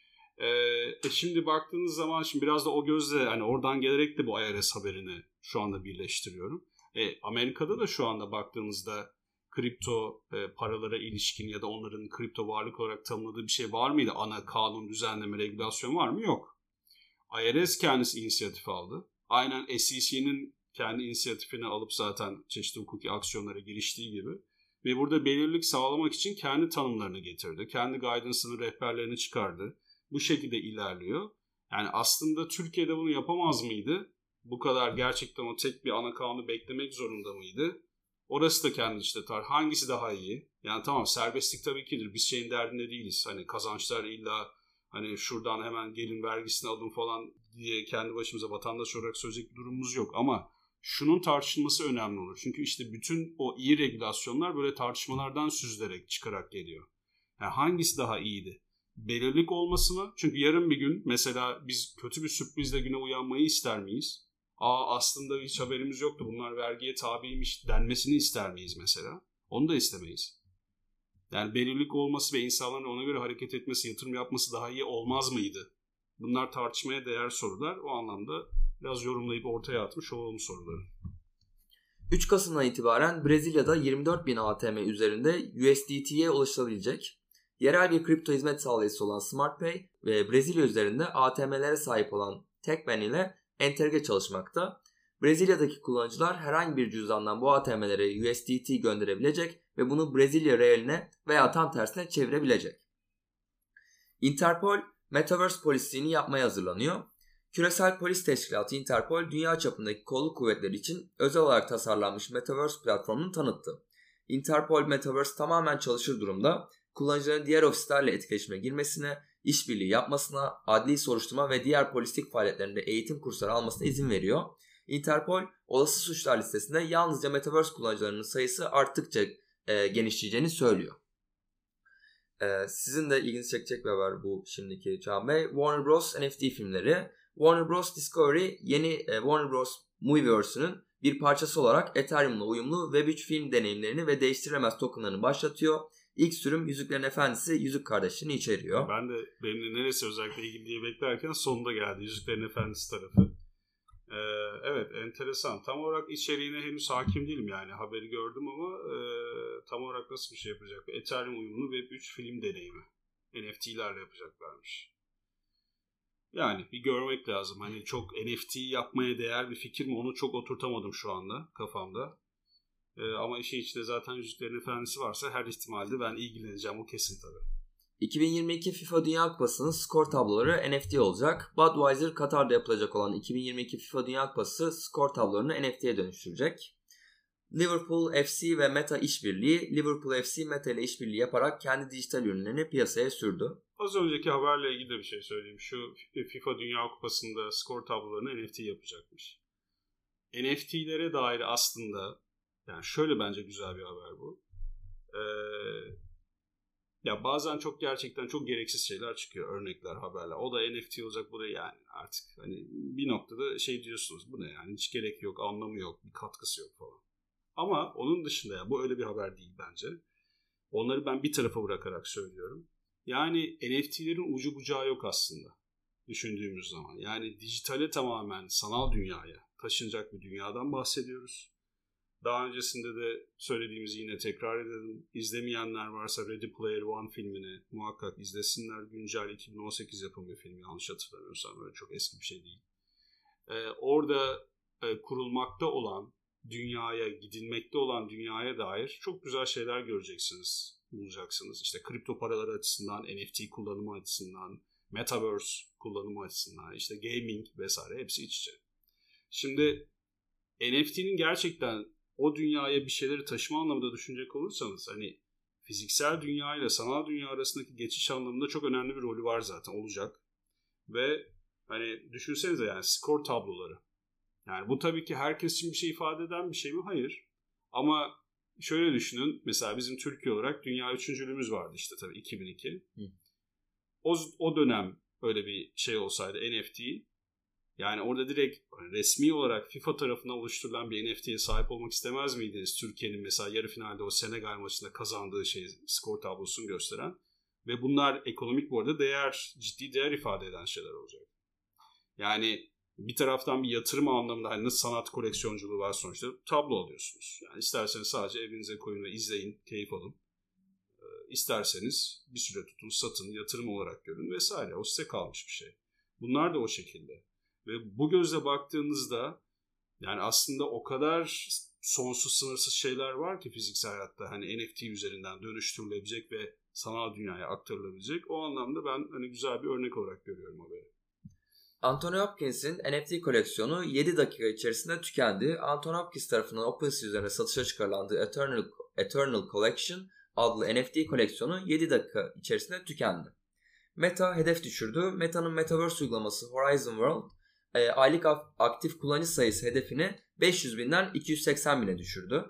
Ee, şimdi baktığınız zaman şimdi biraz da o gözle hani oradan gelerek de bu I R S haberini şu anda birleştiriyorum. E, Amerika'da da şu anda baktığınızda kripto e, paralara ilişkin ya da onların kripto varlık olarak tanımladığı bir şey var mıydı? Ana kanun, düzenleme, regülasyon var mı? Yok. I R S kendisi inisiyatif aldı. Aynen S E C'nin kendi inisiyatifini alıp zaten çeşitli hukuki aksiyonlara giriştiği gibi. Ve burada belirlilik sağlamak için kendi tanımlarını getirdi. Kendi guidance'ını, rehberlerini çıkardı. Bu şekilde ilerliyor. Yani aslında Türkiye'de bunu yapamaz mıydı? Bu kadar gerçekten o tek bir ana kanunu beklemek zorunda mıydı? Orası da kendi işte tar. Hangisi daha iyi? Yani tamam, serbestlik tabii kidir. Biz şeyin derdinde değiliz. Hani kazançlar illa hani şuradan hemen gelin vergisini alın falan diye kendi başımıza vatandaş olarak söyleyecek bir durumumuz yok. Ama şunun tartışılması önemli olur. Çünkü işte bütün o iyi regülasyonlar böyle tartışmalardan süzülerek çıkarak geliyor. Yani hangisi daha iyiydi? Belirlilik olması mı? Çünkü yarın bir gün mesela biz kötü bir sürprizle güne uyanmayı ister miyiz? Aa, aslında hiç haberimiz yoktu, bunlar vergiye tabiymiş denmesini ister miyiz mesela? Onu da istemeyiz. Yani belirlilik olması ve insanların ona göre hareket etmesi, yatırım yapması daha iyi olmaz mıydı? Bunlar tartışmaya değer sorular. O anlamda biraz yorumlayıp ortaya atmış olalım soruları. üç Kasım'dan itibaren Brezilya'da yirmi dört bin A T M üzerinde U S D T'ye ulaşılabilecek yerel bir kripto hizmet sağlayıcısı olan SmartPay ve Brezilya üzerinde A T M'lere sahip olan TechBan ile entegre çalışmakta. Brezilya'daki kullanıcılar herhangi bir cüzdandan bu A T M'lere U S D T gönderebilecek ve bunu Brezilya realine veya tam tersine çevirebilecek. Interpol Metaverse polisliğini yapmaya hazırlanıyor. Küresel Polis Teşkilatı Interpol, dünya çapındaki kolluk kuvvetleri için özel olarak tasarlanmış Metaverse platformunu tanıttı. Interpol Metaverse tamamen çalışır durumda, kullanıcıların diğer ofislerle etkileşime girmesine, işbirliği yapmasına, adli soruşturma ve diğer polislik faaliyetlerinde eğitim kursları almasına izin veriyor. Interpol, olası suçlar listesinde yalnızca Metaverse kullanıcılarının sayısı arttıkça e, genişleyeceğini söylüyor. E, sizin de ilginizi çekecek bir haber bu şimdiki Can Bey. Warner Bros. N F T filmleri. Warner Bros. Discovery yeni e, Warner Bros. Movieverse'ünün bir parçası olarak Ethereum'la uyumlu Web üç film deneyimlerini ve değiştirilemez tokenlarını başlatıyor. İlk sürüm Yüzüklerin Efendisi Yüzük Kardeşliğini içeriyor. Ben de benimle neresi özellikle ilgili diye beklerken sonunda geldi Yüzüklerin Efendisi tarafı. Ee, evet, enteresan. Tam olarak içeriğine henüz hakim değilim yani. Haberi gördüm ama e, tam olarak nasıl bir şey yapacak? Ethereum uyumlu Web üç film deneyimi. N F T'lerle yapacaklarmış. Yani bir görmek lazım. Hani çok N F T yapmaya değer bir fikir mi, onu çok oturtamadım şu anda kafamda. Ee, ama işin içinde zaten Yüzüklerin Efendisi varsa her ihtimalde ben ilgileneceğim, o kesin tabii. iki bin yirmi iki FIFA Dünya Kupası'nın skor tabloları N F T olacak. Budweiser, Katar'da yapılacak olan iki bin yirmi iki FIFA Dünya Kupası skor tablolarını N F T'ye dönüştürecek. Liverpool F C ve Meta işbirliği, Liverpool F C Meta ile işbirliği yaparak kendi dijital ürünlerini piyasaya sürdü. Az önceki haberle ilgili de bir şey söyleyeyim. Şu FIFA Dünya Kupası'nda skor tablolarını N F T yapacakmış. N F T'lere dair aslında yani şöyle bence güzel bir haber bu. Ee, ya bazen çok gerçekten çok gereksiz şeyler çıkıyor. Örnekler, haberler. O da N F T olacak, bu da yani artık hani bir noktada şey diyorsunuz. Bu ne yani, hiç gerek yok, anlamı yok, bir katkısı yok falan. Ama onun dışında ya bu öyle bir haber değil bence. Onları ben bir tarafa bırakarak söylüyorum. Yani N F T'lerin ucu bucağı yok aslında düşündüğümüz zaman. Yani dijitale, tamamen sanal dünyaya taşınacak bir dünyadan bahsediyoruz. Daha öncesinde de söylediğimizi yine tekrar edelim. İzlemeyenler varsa Ready Player One filmini muhakkak izlesinler. Güncel iki bin on sekiz yapımı bir film, yanlış hatırlamıyorsam, öyle çok eski bir şey değil. Ee, orada e, kurulmakta olan dünyaya, gidilmekte olan dünyaya dair çok güzel şeyler göreceksiniz, bulacaksınız. İşte kripto paralar açısından, N F T kullanımı açısından, Metaverse kullanımı açısından, işte gaming vesaire, hepsi iç içe. Şimdi N F T'nin gerçekten o dünyaya bir şeyleri taşıma anlamında düşünecek olursanız, hani fiziksel dünya ile sanal dünya arasındaki geçiş anlamında çok önemli bir rolü var zaten, olacak. Ve hani düşünsenize yani skor tabloları. Yani bu tabii ki herkes için bir şey ifade eden bir şey mi? Hayır. Ama şöyle düşünün, mesela bizim Türkiye olarak dünya üçüncülüğümüz vardı işte tabii iki bin iki. Hı. O, o dönem öyle bir şey olsaydı, N F T, Yani orada direkt resmi olarak FIFA tarafından oluşturulan bir N F T'ye sahip olmak istemez miydiniz? Türkiye'nin mesela yarı finalde o Senegal maçında kazandığı şey, skor tablosunu gösteren. Ve bunlar ekonomik bu arada değer, ciddi değer ifade eden şeyler olacak. Yani bir taraftan bir yatırım anlamında hani nasıl sanat koleksiyonculuğu var sonuçta tablo alıyorsunuz. Yani isterseniz sadece evinize koyun ve izleyin, keyif alın. Ee, isterseniz bir süre tutun, satın, yatırım olarak görün vesaire. O size kalmış bir şey. Bunlar da o şekilde. Ve bu gözle baktığınızda yani aslında o kadar sonsuz sınırsız şeyler var ki fiziksel hayatta hani N F T üzerinden dönüştürülebilecek ve sanal dünyaya aktarılabilecek. O anlamda ben hani güzel bir örnek olarak görüyorum haberi. Anthony Hopkins'in N F T koleksiyonu yedi dakika içerisinde tükendi. Anthony Hopkins tarafından OpenSea üzerine satışa çıkarılan The Eternal, Eternal Collection adlı N F T koleksiyonu yedi dakika içerisinde tükendi. Meta hedef düşürdü. Meta'nın Metaverse uygulaması Horizon World e, aylık aktif kullanıcı sayısı hedefini beş yüz binden iki yüz seksen bine düşürdü.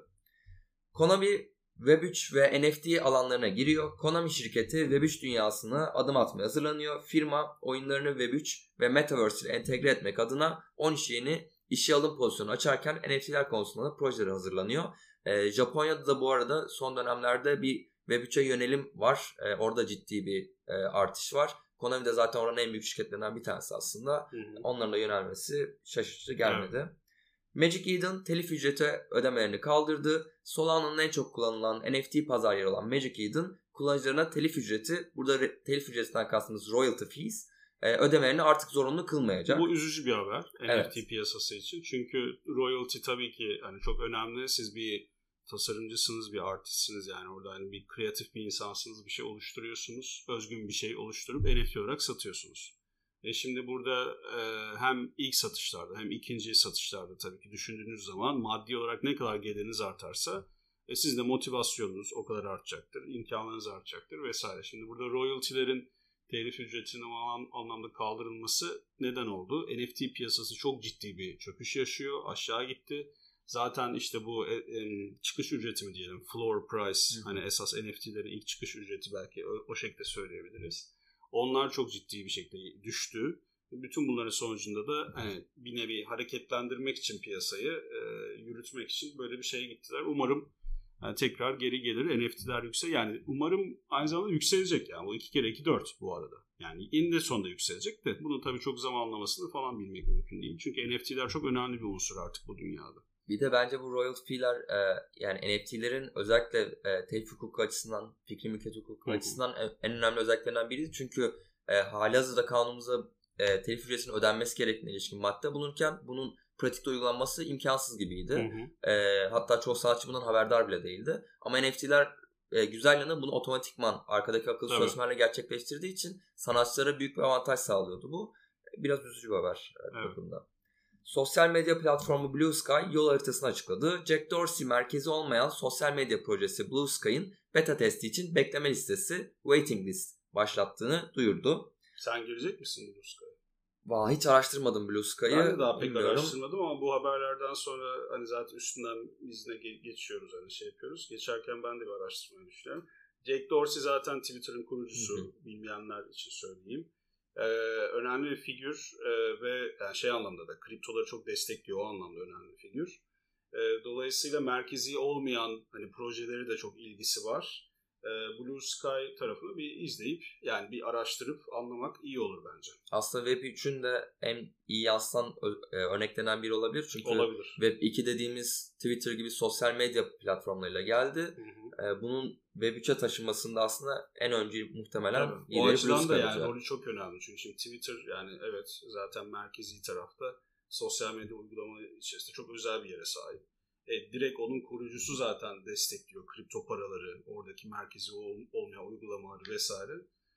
Konami Web üç ve N F T alanlarına giriyor. Konami şirketi Web üç dünyasına adım atmaya hazırlanıyor. Firma oyunlarını Web üç ve Metaverse ile entegre etmek adına on üç yeni işe alım pozisyonu açarken N F T'ler konusunda da projeleri hazırlanıyor. E, Japonya'da da bu arada son dönemlerde bir Web üçe yönelim var. E, orada ciddi bir e, artış var. Konami de zaten oranın en büyük şirketlerinden bir tanesi aslında. Hı hı. Onların da yönelmesi şaşırtıcı gelmedi. Evet. Magic Eden telif ücreti ödemelerini kaldırdı. Solana'nın en çok kullanılan N F T pazar yeri olan Magic Eden kullanıcılarına telif ücreti, burada re- telif ücretinden kastımız royalty fees, e, ödemelerini artık zorunlu kılmayacak. Bu üzücü bir haber N F T evet. piyasası için. Çünkü royalty tabii ki hani çok önemli. Siz bir tasarımcısınız, bir artistsiniz yani orada hani bir kreatif bir insansınız, bir şey oluşturuyorsunuz. Özgün bir şey oluşturup N F T olarak satıyorsunuz. E şimdi burada e, hem ilk satışlarda hem ikinci satışlarda tabii ki düşündüğünüz zaman maddi olarak ne kadar geliriniz artarsa e, sizin de motivasyonunuz o kadar artacaktır, imkanlarınız artacaktır vesaire. Şimdi burada royalty'lerin telif ücretinin o anlamda kaldırılması neden oldu? N F T piyasası çok ciddi bir çöküş yaşıyor, aşağı gitti. Zaten işte bu e, e, çıkış ücreti mi diyelim, floor price, Hı. hani esas N F T'lerin ilk çıkış ücreti belki o, o şekilde söyleyebiliriz. Onlar çok ciddi bir şekilde düştü. Bütün bunların sonucunda da hani bir nevi hareketlendirmek için piyasayı e, yürütmek için böyle bir şeye gittiler. Umarım yani tekrar geri gelir. N F T'ler yüksel. Yani umarım aynı zamanda yükselecek. Yani bu iki kere iki dört bu arada. Yani eninde sonunda yükselecek de bunun tabii çok zamanlamasını falan bilmek mümkün değil. Çünkü N F T'ler çok önemli bir unsur artık bu dünyada. Bir de bence bu royalty fee'ler e, yani N F T'lerin özellikle e, telif hukuku açısından, fikri mülkiyet hukuku açısından en önemli özelliklerinden biriydi. Çünkü e, halihazırda kanunumuzda e, telif ücretinin ödenmesi gerektiğine ilişkin madde bulunurken bunun pratikte uygulanması imkansız gibiydi. Hı hı. E, hatta çoğu sanatçı bundan haberdar bile değildi. Ama N F T'ler e, güzel yanı bunu otomatikman arkadaki akıllı evet. sözlerle gerçekleştirdiği için sanatçılara büyük bir avantaj sağlıyordu bu. Biraz üzücü bir haber e, evet. bakımda. Sosyal medya platformu Blue Sky yol haritasını açıkladı. Jack Dorsey merkezi olmayan sosyal medya projesi Blue Sky'ın beta testi için bekleme listesi Waiting List başlattığını duyurdu. Sen girecek misin Blue Sky'a? Valla hiç araştırmadım Blue Sky'ı. Ben de daha pek bilmiyorum. araştırmadım ama bu haberlerden sonra hani zaten üstünden biz de geçiyoruz hani şey yapıyoruz. Geçerken ben de bir araştırmayı düşünüyorum. Jack Dorsey zaten Twitter'ın kurucusu. Hı hı. Bilmeyenler için söyleyeyim. Ee, önemli bir figür e, ve yani şey anlamda da kriptoları çok destekliyor, o anlamda önemli bir figür. E, dolayısıyla merkezi olmayan hani projeleri de çok ilgisi var. E, Blue Sky tarafını bir izleyip yani bir araştırıp anlamak iyi olur bence. Aslında Web üçün de en iyi yansıtan örneklenen biri olabilir. Çünkü olabilir. Web iki dediğimiz Twitter gibi sosyal medya platformlarıyla geldi. Hı hı. Bunun Web üçe taşınmasında aslında en önce muhtemelen evet. O açıdan da yani rolü çok önemli. Çünkü şimdi Twitter yani evet zaten merkezi tarafta sosyal medya uygulama içerisinde çok özel bir yere sahip. E, direkt onun kurucusu zaten destekliyor kripto paraları, oradaki merkezi ol, olmayan uygulamaları vesaire.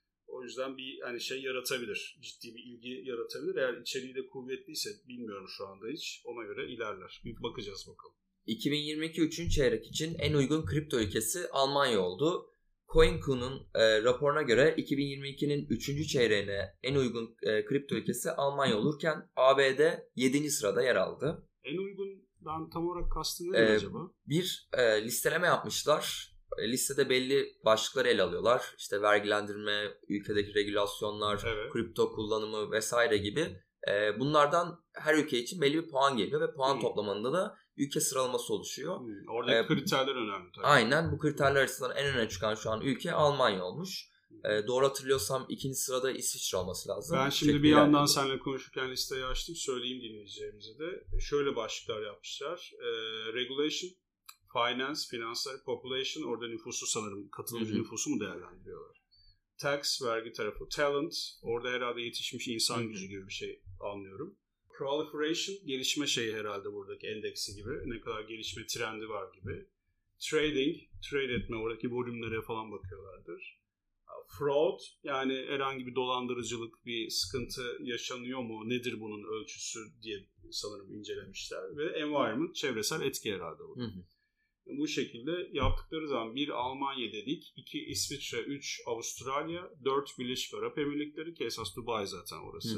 O yüzden bir hani şey yaratabilir, ciddi bir ilgi yaratabilir. Eğer içeriği de kuvvetliyse bilmiyorum şu anda hiç, ona göre ilerler. Bir bakacağız bakalım. iki bin yirmi iki üçüncü çeyrek için en uygun kripto ülkesi Almanya oldu. CoinKu'nun e, raporuna göre iki bin yirmi ikinin üçüncü çeyreğine en uygun e, kripto ülkesi Almanya olurken A B D yedinci sırada yer aldı. En uygundan tam olarak kastın ne e, acaba? Bir e, listeleme yapmışlar. E, listede belli başlıkları ele alıyorlar. İşte vergilendirme, ülkedeki regülasyonlar, evet. kripto kullanımı vesaire gibi E, bunlardan her ülke için belli bir puan geliyor ve puan hmm. toplamanında da ülke sıralaması oluşuyor. Hmm. Oradaki ee, kriterler önemli tabii. Aynen, bu kriterler açısından en öne çıkan şu an ülke Almanya olmuş. E, doğru hatırlıyorsam ikinci sırada İsviçre olması lazım. Ben şimdi Çek bir yandan seninle konuşurken listeyi açtım, söyleyeyim dinleyicilerimize de. Şöyle başlıklar yapmışlar. E, regulation, finance, finanslar, population, orada nüfusu sanırım, katılımcı nüfusu mu değerlendiriyorlar? Tax, vergi tarafı, talent, orada herhalde yetişmiş insan gücü gibi bir şey anlıyorum. Proliferation, gelişme şeyi herhalde buradaki endeksi gibi. Ne kadar gelişme trendi var gibi. Trading, trade etme, oradaki volümlere falan bakıyorlardır. Fraud, yani herhangi bir dolandırıcılık, bir sıkıntı yaşanıyor mu, nedir bunun ölçüsü diye sanırım incelemişler. Ve environment, çevresel etki herhalde bu. Hı hı. Bu şekilde yaptıkları zaman bir Almanya dedik, iki İsviçre, üç Avustralya, dört Birleşik Arap Emirlikleri ki esas Dubai zaten orası.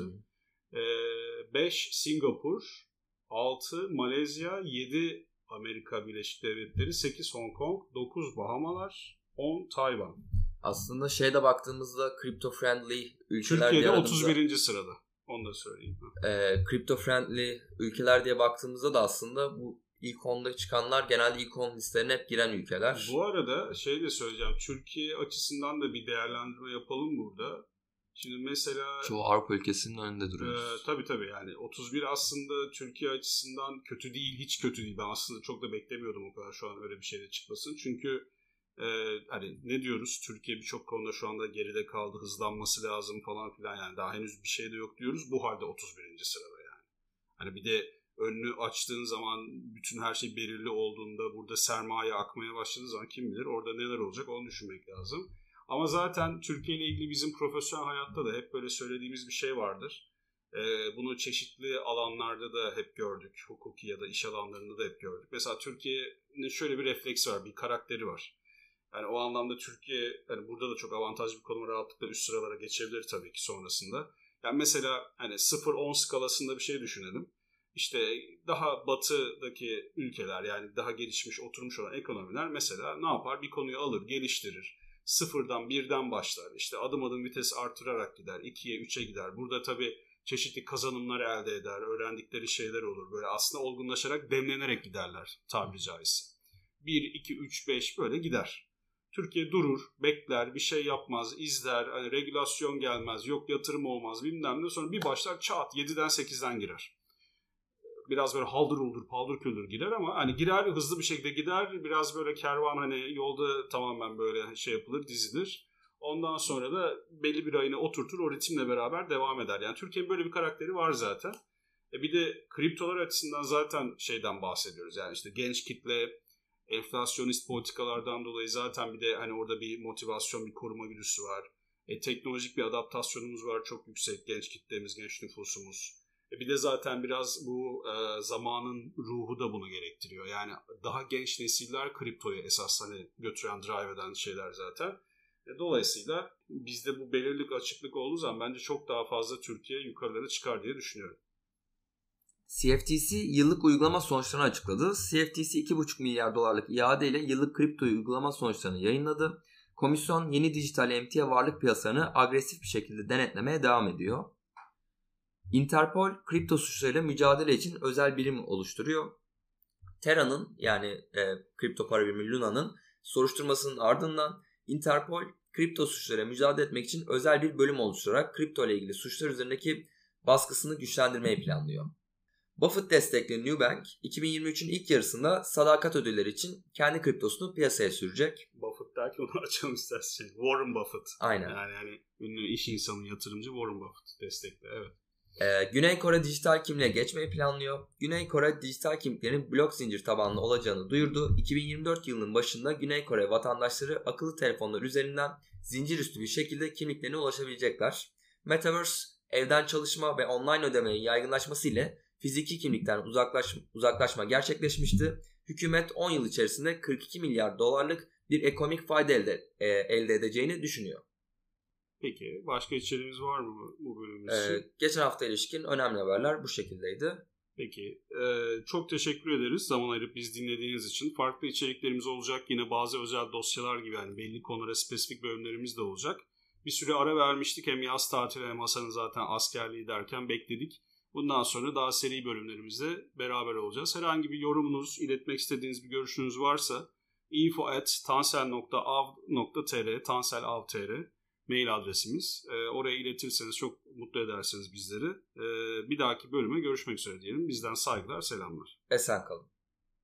beş Singapur, altı Malezya, yedi Amerika Birleşik Devletleri, sekiz Hong Kong, dokuz Bahamalar, on Tayvan. Aslında şeyde baktığımızda crypto friendly ülkeler Türkiye'de diye otuz birinci sırada. Onu da söyleyeyim. E, crypto friendly ülkeler diye baktığımızda da aslında bu ilk onda çıkanlar genelde ilk on listelerine hep giren ülkeler. Bu arada şey de söyleyeceğim. Türkiye açısından da bir değerlendirme yapalım burada. Şimdi mesela... Çoğu Avrupa ülkesinin önünde duruyoruz. E, tabii tabii yani otuz bir aslında Türkiye açısından kötü değil, hiç kötü değil. Ben aslında çok da beklemiyordum o kadar şu an öyle bir şeyle çıkmasın. Çünkü e, hani ne diyoruz? Türkiye birçok konuda şu anda geride kaldı, hızlanması lazım falan filan. Yani daha henüz bir şey de yok diyoruz. Bu halde otuz birinci sırada yani. Hani bir de önünü açtığın zaman, bütün her şey belirli olduğunda, burada sermaye akmaya başladığı zaman kim bilir orada neler olacak onu düşünmek lazım. Ama zaten Türkiye ile ilgili bizim profesyonel hayatta da hep böyle söylediğimiz bir şey vardır. Ee, bunu çeşitli alanlarda da hep gördük. Hukuki ya da iş alanlarında da hep gördük. Mesela Türkiye'nin şöyle bir refleks var, bir karakteri var. Yani o anlamda Türkiye, hani burada da çok avantajlı bir konuma rahatlıkla üst sıralara geçebilir tabii ki sonrasında. Yani mesela hani sıfır on skalasında bir şey düşünelim. İşte daha batıdaki ülkeler, yani daha gelişmiş, oturmuş olan ekonomiler mesela ne yapar? Bir konuyu alır, geliştirir. Sıfırdan, birden başlar. İşte adım adım vites artırarak gider. ikiye, üçe gider. Burada tabii çeşitli kazanımlar elde eder. Öğrendikleri şeyler olur. Böyle aslında olgunlaşarak, demlenerek giderler tabiri caizse. bir, iki, üç, beş böyle gider. Türkiye durur, bekler, bir şey yapmaz, izler. Hani regülasyon gelmez, yok yatırım olmaz bilmem ne. Sonra bir başlar çat yediden sekizden girer. Biraz böyle haldır uldur, paldır küldür girer ama hani girer, hızlı bir şekilde gider. Biraz böyle kervan hani yolda tamamen böyle şey yapılır, dizilir. Ondan sonra da belli bir ayını oturtur, o ritimle beraber devam eder. Yani Türkiye'nin böyle bir karakteri var zaten. E bir de kriptolar açısından zaten şeyden bahsediyoruz. Yani işte genç kitle, enflasyonist politikalardan dolayı zaten bir de hani orada bir motivasyon, bir koruma güdüsü var. E, teknolojik bir adaptasyonumuz var çok yüksek, genç kitlemiz, genç nüfusumuz. Bir de zaten biraz bu e, zamanın ruhu da bunu gerektiriyor. Yani daha genç nesiller kriptoyu esas hani götüren, drive eden şeyler zaten. E, dolayısıyla bizde bu belirlilik, açıklık olduğu zaman bence çok daha fazla Türkiye yukarılara çıkar diye düşünüyorum. C F T C yıllık uygulama sonuçlarını açıkladı. C F T C iki buçuk milyar dolarlık iade ile yıllık kripto uygulama sonuçlarını yayınladı. Komisyon yeni dijital emtia varlık piyasalarını agresif bir şekilde denetlemeye devam ediyor. Interpol kripto suçlarıyla mücadele için özel birim oluşturuyor. Terra'nın yani e, kripto para birimi Luna'nın soruşturmasının ardından Interpol kripto suçlarıyla mücadele etmek için özel bir bölüm oluşturarak kripto ile ilgili suçlar üzerindeki baskısını güçlendirmeyi planlıyor. Buffett destekli Nubank iki bin yirmi üçün ilk yarısında sadakat ödülleri için kendi kriptosunu piyasaya sürecek. Buffett derken onu açalım istersen. Warren Buffett. Aynen. Yani, yani ünlü iş insanı, yatırımcı Warren Buffett destekli. Evet. Ee, Güney Kore dijital kimliğe geçmeyi planlıyor. Güney Kore dijital kimliklerin blok zincir tabanlı olacağını duyurdu. iki bin yirmi dört yılının başında Güney Kore vatandaşları akıllı telefonlar üzerinden zincir üstü bir şekilde kimliklerine ulaşabilecekler. Metaverse, evden çalışma ve online ödemenin yaygınlaşması ile fiziki kimlikten uzaklaş, uzaklaşma gerçekleşmişti. Hükümet on yıl içerisinde kırk iki milyar dolarlık bir ekonomik fayda elde, e, elde edeceğini düşünüyor. Peki başka içeriğimiz var mı bu bölümümüz için? Ee, geçen hafta ilişkin önemli haberler bu şekildeydi. Peki e, çok teşekkür ederiz zaman ayırıp biz dinlediğiniz için. Farklı içeriklerimiz olacak, yine bazı özel dosyalar gibi yani belli konulara spesifik bölümlerimiz de olacak. Bir süre ara vermiştik, hem yaz tatili hem Hasan'ın zaten askerliği derken bekledik. Bundan sonra daha seri bölümlerimizde beraber olacağız. Herhangi bir yorumunuz, iletmek istediğiniz bir görüşünüz varsa info at tansel nokta av nokta tr tansel av nokta tr mail adresimiz. E, oraya iletirseniz çok mutlu edersiniz bizleri. E, bir dahaki bölüme görüşmek üzere diyelim. Bizden saygılar, selamlar. Esen kalın.